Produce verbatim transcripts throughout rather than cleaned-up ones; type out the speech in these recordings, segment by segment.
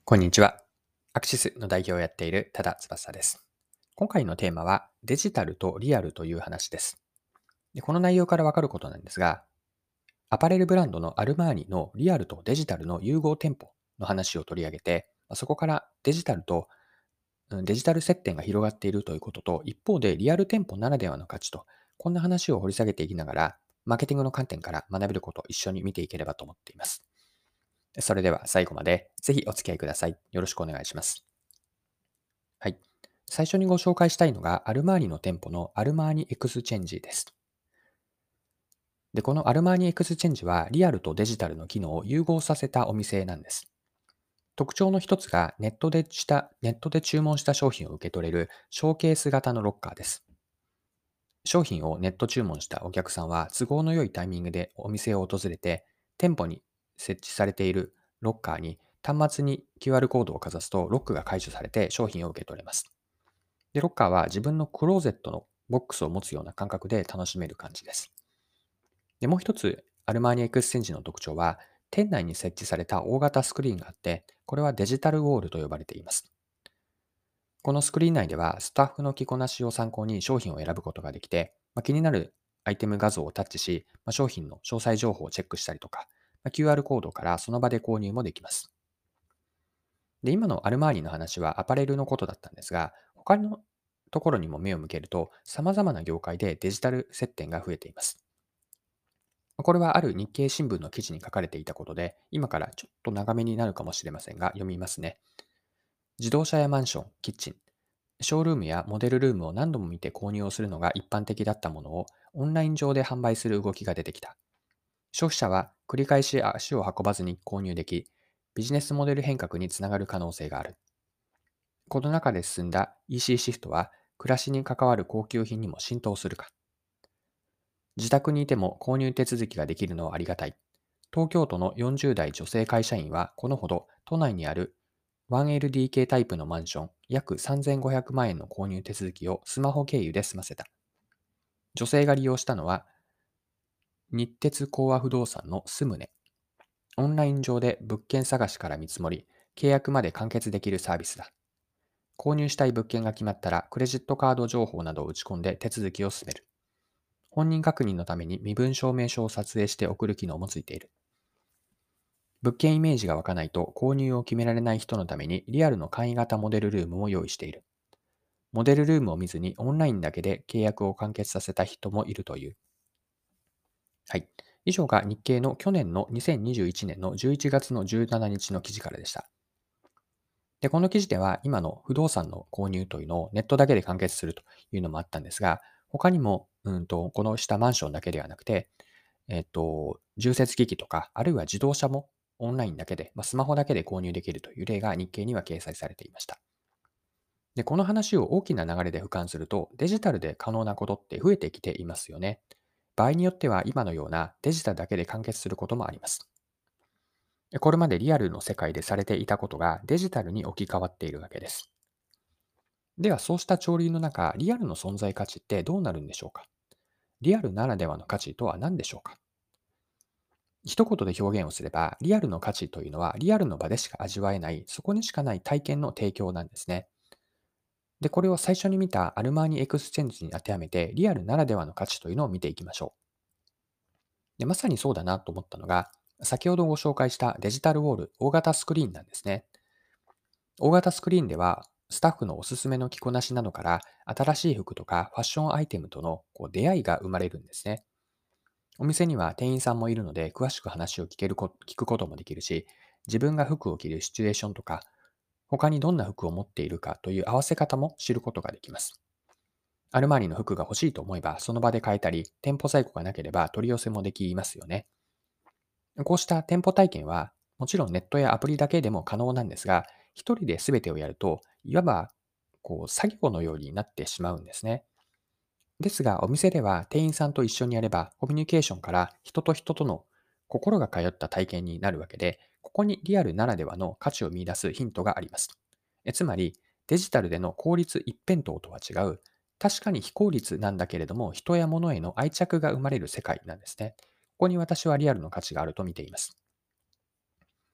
こんにちは。アクシスの代表をやっている多田翼です。今回のテーマはデジタルとリアルという話です。でこの内容からわかることなんですが、アパレルブランドのアルマーニのリアルとデジタルの融合店舗の話を取り上げて、そこからデジタルとうんデジタル接点が広がっているということと、一方でリアル店舗ならではの価値と、こんな話を掘り下げていきながら、マーケティングの観点から学べることを一緒に見ていければと思っています。それでは最後までぜひお付き合いください。よろしくお願いします。はい。最初にご紹介したいのが、アルマーニの店舗のアルマーニエクスチェンジです。で、このアルマーニエクスチェンジは、リアルとデジタルの機能を融合させたお店なんです。特徴の一つが、ネットでした、ネットで注文した商品を受け取れるショーケース型のロッカーです。商品をネット注文したお客さんは、都合の良いタイミングでお店を訪れて、店舗に設置されているロッカーに端末に キューアール コードをかざすと、ロックが解除されて商品を受け取れます。で、ロッカーは自分のクローゼットのボックスを持つような感覚で楽しめる感じです。で、もう一つ、アルマーニエクスチェンジの特徴は、店内に設置された大型スクリーンがあって、これはデジタルウォールと呼ばれています。このスクリーン内では、スタッフの着こなしを参考に商品を選ぶことができて、まあ、気になるアイテム画像をタッチし、まあ、商品の詳細情報をチェックしたりとか、まあ キューアール コードからその場で購入もできます。で、今のアルマーニの話はアパレルのことだったんですが、他のところにも目を向けると、様々な業界でデジタル接点が増えています。これはある日経新聞の記事に書かれていたことで、今からちょっと長めになるかもしれませんが、読みますね。自動車やマンション、キッチン、ショールームやモデルルームを何度も見て購入をするのが一般的だったものを、オンライン上で販売する動きが出てきた。消費者は繰り返し足を運ばずに購入でき、ビジネスモデル変革につながる可能性がある。この中で進んだ イーシー シーシフトは、暮らしに関わる高級品にも浸透するか。自宅にいても購入手続きができるのはありがたい。東京都のよんじゅう代女性会社員は、このほど都内にある ワンエルディーケー タイプのマンション約さんぜんごひゃくまん円の購入手続きをスマホ経由で済ませた。女性が利用したのは、日鉄興和不動産のスムネ。オンライン上で物件探しから見積もり、契約まで完結できるサービスだ。購入したい物件が決まったら、クレジットカード情報などを打ち込んで手続きを進める。本人確認のために身分証明書を撮影して送る機能もついている。物件イメージが湧かないと購入を決められない人のためにリアルの簡易型モデルルームを用意している。モデルルームを見ずにオンラインだけで契約を完結させた人もいるという。はい。以上が日経の去年のにせんにじゅういちねんのじゅういちがつのじゅうしちにちの記事からでした。で、この記事では今の不動産の購入というのをネットだけで完結するというのもあったんですが、他にも、うんと、この下マンションだけではなくて、えっと、重設機器とか、あるいは自動車もオンラインだけで、まあ、スマホだけで購入できるという例が日経には掲載されていました。で、この話を大きな流れで俯瞰すると、デジタルで可能なことって増えてきていますよね。場合によっては今のようなデジタルだけで完結することもあります。これまでリアルの世界でされていたことがデジタルに置き換わっているわけです。では、そうした潮流の中、リアルの存在価値ってどうなるんでしょうか？リアルならではの価値とは何でしょうか？一言で表現をすれば、リアルの価値というのは、リアルの場でしか味わえない、そこにしかない体験の提供なんですね。で、これを最初に見たアルマーニエクスチェンジに当てはめて、リアルならではの価値というのを見ていきましょう。で、まさにそうだなと思ったのが、先ほどご紹介したデジタルウォール、大型スクリーンなんですね。大型スクリーンでは、スタッフのおすすめの着こなしなどから、新しい服とかファッションアイテムとのこう出会いが生まれるんですね。お店には店員さんもいるので、詳しく話を聞けるこ聞くこともできるし、自分が服を着るシチュエーションとか、他にどんな服を持っているかという合わせ方も知ることができます。アルマーニの服が欲しいと思えば、その場で買えたり、店舗在庫がなければ取り寄せもできますよね。こうした店舗体験は、もちろんネットやアプリだけでも可能なんですが、一人で全てをやると、いわばこう作業のようになってしまうんですね。ですが、お店では店員さんと一緒にやれば、コミュニケーションから人と人との心が通った体験になるわけで、ここにリアルならではの価値を見出すヒントがあります。えつまり、デジタルでの効率一辺倒とは違う、確かに非効率なんだけれども、人や物への愛着が生まれる世界なんですね。ここに私はリアルの価値があると見ています。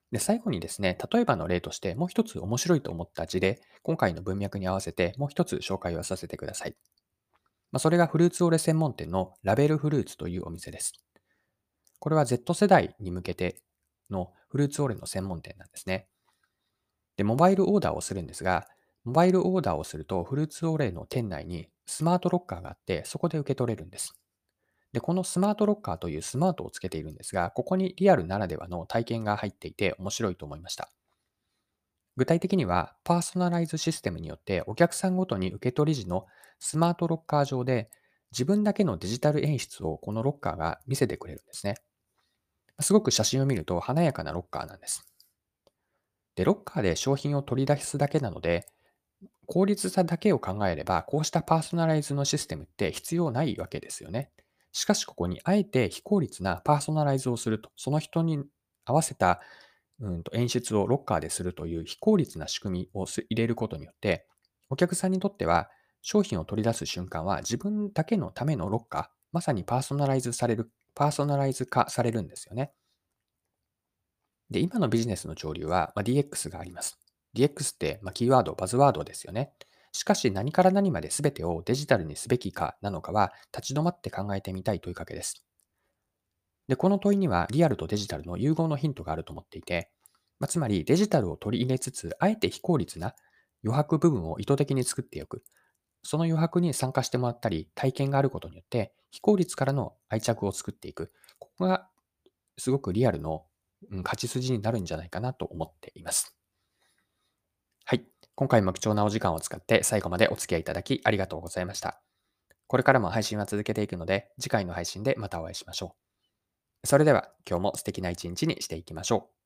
で、最後にですね、例えばの例としてもう一つ面白いと思った事例、今回の文脈に合わせてもう一つ紹介をさせてください。まあ、それがフルーツオレ専門店のラベルフルーツというお店です。これは Z 世代に向けてのフルーツオレの専門店なんですね。で、モバイルオーダーをするんですが、モバイルオーダーをするとフルーツオレの店内にスマートロッカーがあって、そこで受け取れるんです。で、このスマートロッカーというスマートをつけているんですが、ここにリアルならではの体験が入っていて面白いと思いました。具体的には、パーソナライズシステムによってお客さんごとに受け取り時のスマートロッカー上で自分だけのデジタル演出をこのロッカーが見せてくれるんですね。すごく写真を見ると華やかなロッカーなんです。で、ロッカーで商品を取り出すだけなので、効率さだけを考えれば、こうしたパーソナライズのシステムって必要ないわけですよね。しかし、ここにあえて非効率なパーソナライズをすると、その人に合わせたうんと演出をロッカーでするという非効率な仕組みをす入れることによって、お客さんにとっては商品を取り出す瞬間は自分だけのためのロッカー、まさにパーソナライズされる、パーソナライズ化されるんですよね。で、今のビジネスの潮流は、まあ、ディーエックス があります。ディーエックス って、まあ、キーワード、バズワードですよね。しかし何から何まで全てをデジタルにすべきかなのかは立ち止まって考えてみたい問いかけです。で、この問いにはリアルとデジタルの融合のヒントがあると思っていて、まあ、つまりデジタルを取り入れつつ、あえて非効率な余白部分を意図的に作っておく。その余白に参加してもらったり、体験があることによって、非効率からの愛着を作っていく。ここがすごくリアルのうん勝ち筋になるんじゃないかなと思っています。はい。今回も貴重なお時間を使って最後までお付き合いいただきありがとうございました。これからも配信は続けていくので、次回の配信でまたお会いしましょう。それでは今日も素敵な一日にしていきましょう。